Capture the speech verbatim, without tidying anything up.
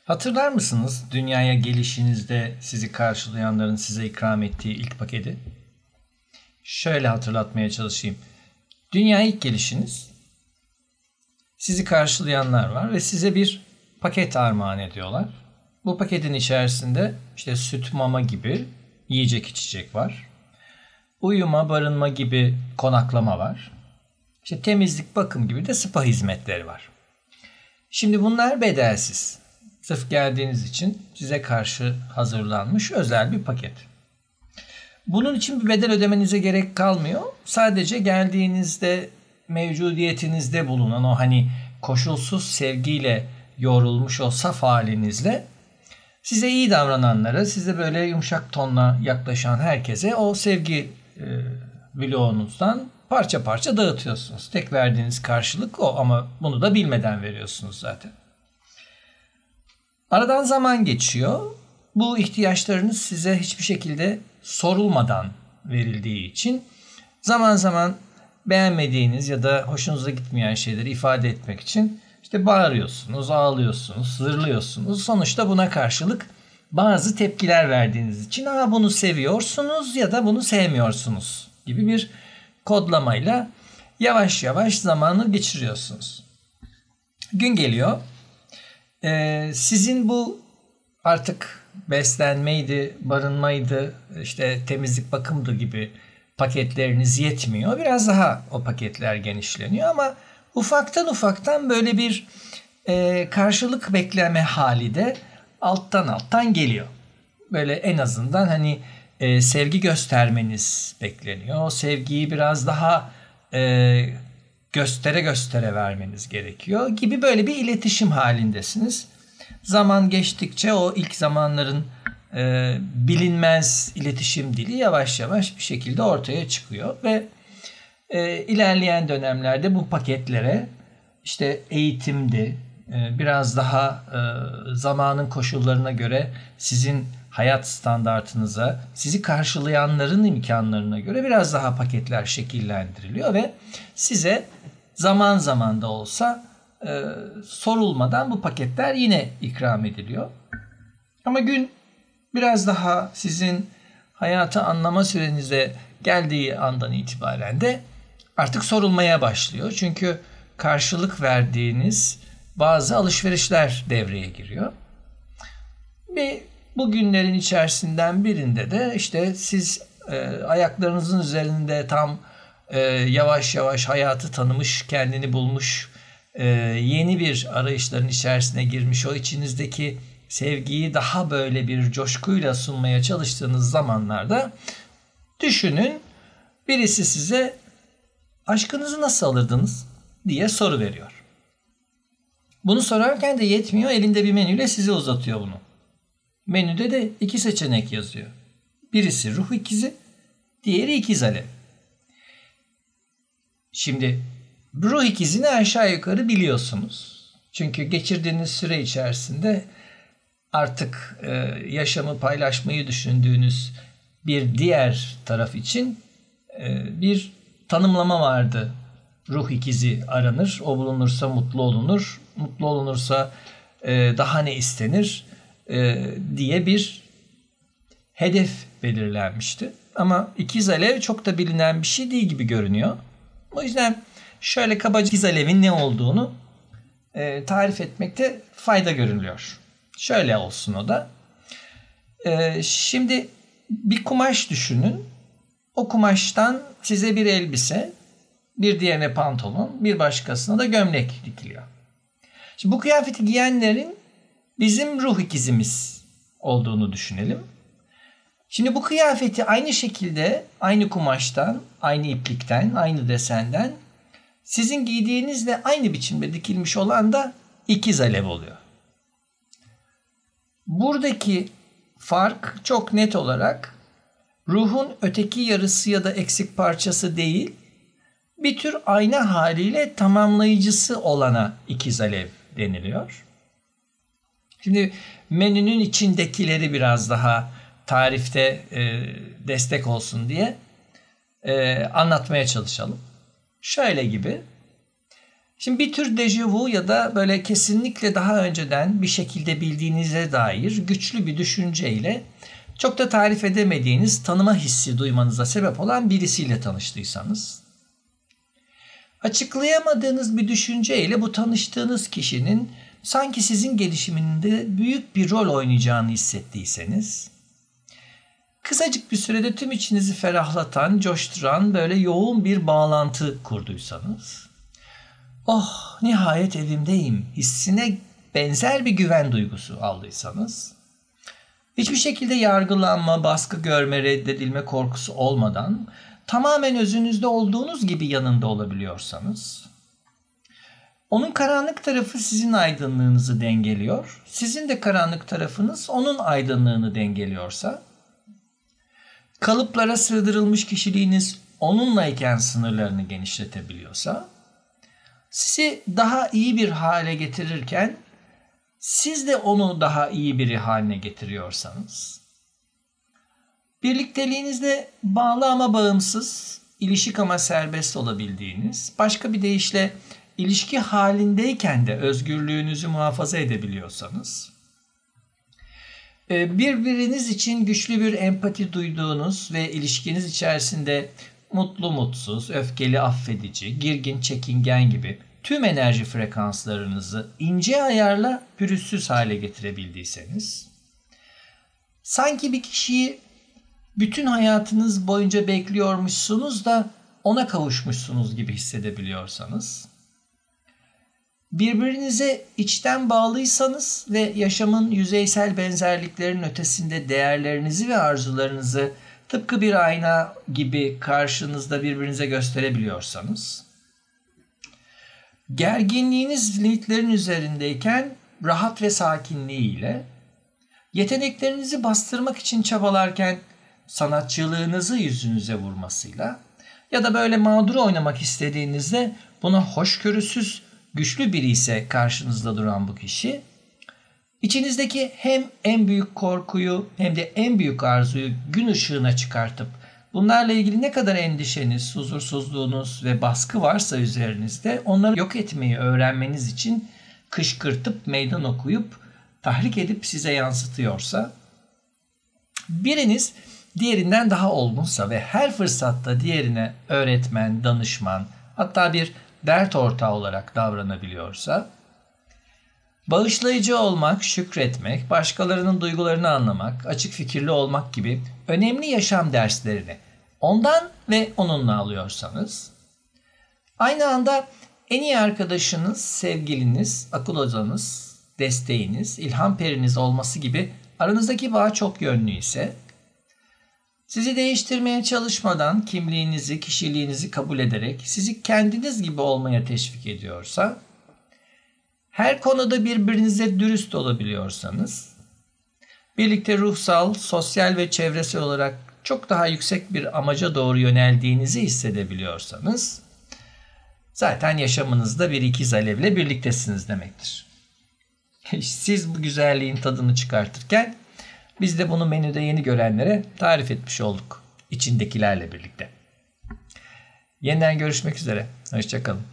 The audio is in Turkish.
Hatırlar mısınız dünyaya gelişinizde sizi karşılayanların size ikram ettiği ilk paketi? Şöyle hatırlatmaya çalışayım. Dünyaya ilk gelişiniz, sizi karşılayanlar var ve size bir paket armağan ediyorlar. Bu paketin içerisinde işte süt, mama gibi yiyecek içecek var. Uyuma, barınma gibi konaklama var. İşte temizlik, bakım gibi de spa hizmetleri var. Şimdi bunlar bedelsiz. Sırf geldiğiniz için size karşı hazırlanmış özel bir paket. Bunun için bir bedel ödemenize gerek kalmıyor. Sadece geldiğinizde mevcudiyetinizde bulunan o hani koşulsuz sevgiyle yoğrulmuş o saf halinizle size iyi davrananlara, size böyle yumuşak tonla yaklaşan herkese o sevgi e, bloğunuzdan parça parça dağıtıyorsunuz. Tek verdiğiniz karşılık o ama bunu da bilmeden veriyorsunuz zaten. Aradan zaman geçiyor. Bu ihtiyaçlarınız size hiçbir şekilde sorulmadan verildiği için zaman zaman beğenmediğiniz ya da hoşunuza gitmeyen şeyleri ifade etmek için işte bağırıyorsunuz, ağlıyorsunuz, zırlıyorsunuz. Sonuçta buna karşılık bazı tepkiler verdiğiniz için "Aa, bunu seviyorsunuz ya da bunu sevmiyorsunuz" gibi bir kodlamayla yavaş yavaş zamanı geçiriyorsunuz. Gün geliyor. Ee, sizin bu artık beslenmeydi, barınmaydı, işte temizlik bakımdı gibi paketleriniz yetmiyor. Biraz daha o paketler genişleniyor ama ufaktan ufaktan böyle bir e, karşılık bekleme hali de alttan alttan geliyor. Böyle en azından hani e, sevgi göstermeniz bekleniyor. O sevgiyi biraz daha e, göstere göstere vermeniz gerekiyor gibi böyle bir iletişim halindesiniz. Zaman geçtikçe o ilk zamanların e, bilinmez iletişim dili yavaş yavaş bir şekilde ortaya çıkıyor ve e, ilerleyen dönemlerde bu paketlere işte eğitimdi, e, biraz daha e, zamanın koşullarına göre sizin hayat standartınıza, sizi karşılayanların imkanlarına göre biraz daha paketler şekillendiriliyor ve size zaman zaman da olsa e, sorulmadan bu paketler yine ikram ediliyor. Ama gün biraz daha sizin hayatı anlama sürenize geldiği andan itibaren de artık sorulmaya başlıyor. Çünkü karşılık verdiğiniz bazı alışverişler devreye giriyor. Bir bu günlerin içerisinden birinde de işte siz e, ayaklarınızın üzerinde tam e, yavaş yavaş hayatı tanımış, kendini bulmuş, e, yeni bir arayışların içerisine girmiş, o içinizdeki sevgiyi daha böyle bir coşkuyla sunmaya çalıştığınız zamanlarda düşünün, birisi size aşkınızı nasıl alırdınız diye soru veriyor. Bunu sorarken de yetmiyor, elinde bir menüyle size uzatıyor bunu. Menüde de iki seçenek yazıyor. Birisi ruh ikizi, diğeri ikiz alev. Şimdi ruh ikizini aşağı yukarı biliyorsunuz. Çünkü geçirdiğiniz süre içerisinde artık e, yaşamı paylaşmayı düşündüğünüz bir diğer taraf için e, bir tanımlama vardı. Ruh ikizi aranır, o bulunursa mutlu olunur, mutlu olunursa e, daha ne istenir e, diye bir hedef belirlenmişti. Ama ikiz alev çok da bilinen bir şey değil gibi görünüyor. O yüzden şöyle kabaca ikiz alevin ne olduğunu e, tarif etmekte fayda görülüyor. Şöyle olsun o da. E, şimdi bir kumaş düşünün. O kumaştan size bir elbise, bir diğerine pantolon, bir başkasına da gömlek dikiliyor. Şimdi bu kıyafeti giyenlerin bizim ruh ikizimiz olduğunu düşünelim. Şimdi bu kıyafeti aynı şekilde, aynı kumaştan, aynı iplikten, aynı desenden sizin giydiğinizle aynı biçimde dikilmiş olan da ikiz alev oluyor. Buradaki fark çok net olarak ruhun öteki yarısı ya da eksik parçası değil, bir tür ayna haliyle tamamlayıcısı olana ikiz alev deniliyor. Şimdi menünün içindekileri biraz daha tarifte e, destek olsun diye e, anlatmaya çalışalım. Şöyle gibi. Şimdi bir tür dejavu ya da böyle kesinlikle daha önceden bir şekilde bildiğinize dair güçlü bir düşünceyle çok da tarif edemediğiniz tanıma hissi duymanıza sebep olan birisiyle tanıştıysanız, açıklayamadığınız bir düşünceyle bu tanıştığınız kişinin sanki sizin gelişiminde büyük bir rol oynayacağını hissettiyseniz, kısacık bir sürede tüm içinizi ferahlatan, coşturan böyle yoğun bir bağlantı kurduysanız, oh nihayet evimdeyim hissine benzer bir güven duygusu aldıysanız, hiçbir şekilde yargılanma, baskı görme, reddedilme korkusu olmadan tamamen özünüzde olduğunuz gibi yanında olabiliyorsanız, onun karanlık tarafı sizin aydınlığınızı dengeliyor, sizin de karanlık tarafınız onun aydınlığını dengeliyorsa, kalıplara sığdırılmış kişiliğiniz onunlayken sınırlarını genişletebiliyorsa, sizi daha iyi bir hale getirirken siz de onu daha iyi biri haline getiriyorsanız, birlikteliğinizde bağlı ama bağımsız, ilişik ama serbest olabildiğiniz, başka bir deyişle ilişki halindeyken de özgürlüğünüzü muhafaza edebiliyorsanız, birbiriniz için güçlü bir empati duyduğunuz ve ilişkiniz içerisinde mutlu mutsuz, öfkeli affedici, girgin çekingen gibi tüm enerji frekanslarınızı ince ayarla pürüzsüz hale getirebildiyseniz, sanki bir kişiyi bütün hayatınız boyunca bekliyormuşsunuz da ona kavuşmuşsunuz gibi hissedebiliyorsanız, birbirinize içten bağlıysanız ve yaşamın yüzeysel benzerliklerin ötesinde değerlerinizi ve arzularınızı tıpkı bir ayna gibi karşınızda birbirinize gösterebiliyorsanız, gerginliğiniz limitlerin üzerindeyken rahat ve sakinliğiyle, yeteneklerinizi bastırmak için çabalarken sanatçılığınızı yüzünüze vurmasıyla ya da böyle mağdur oynamak istediğinizde buna hoşgörüsüz, güçlü biri ise karşınızda duran bu kişi, İçinizdeki hem en büyük korkuyu hem de en büyük arzuyu gün ışığına çıkartıp bunlarla ilgili ne kadar endişeniz, huzursuzluğunuz ve baskı varsa üzerinizde onları yok etmeyi öğrenmeniz için kışkırtıp meydan okuyup tahrik edip size yansıtıyorsa, biriniz diğerinden daha olgunsa ve her fırsatta diğerine öğretmen, danışman, hatta bir dert ortağı olarak davranabiliyorsa, bağışlayıcı olmak, şükretmek, başkalarının duygularını anlamak, açık fikirli olmak gibi önemli yaşam derslerini ondan ve onunla alıyorsanız, aynı anda en iyi arkadaşınız, sevgiliniz, akıl hocanız, desteğiniz, ilham periniz olması gibi aranızdaki bağ çok yönlü ise, sizi değiştirmeye çalışmadan kimliğinizi, kişiliğinizi kabul ederek sizi kendiniz gibi olmaya teşvik ediyorsa, her konuda birbirinize dürüst olabiliyorsanız, birlikte ruhsal, sosyal ve çevresel olarak çok daha yüksek bir amaca doğru yöneldiğinizi hissedebiliyorsanız, zaten yaşamınızda bir ikiz alevle birliktesiniz demektir. Siz bu güzelliğin tadını çıkartırken, biz de bunu menüde yeni görenlere tarif etmiş olduk, içindekilerle birlikte. Yeniden görüşmek üzere, hoşça kalın.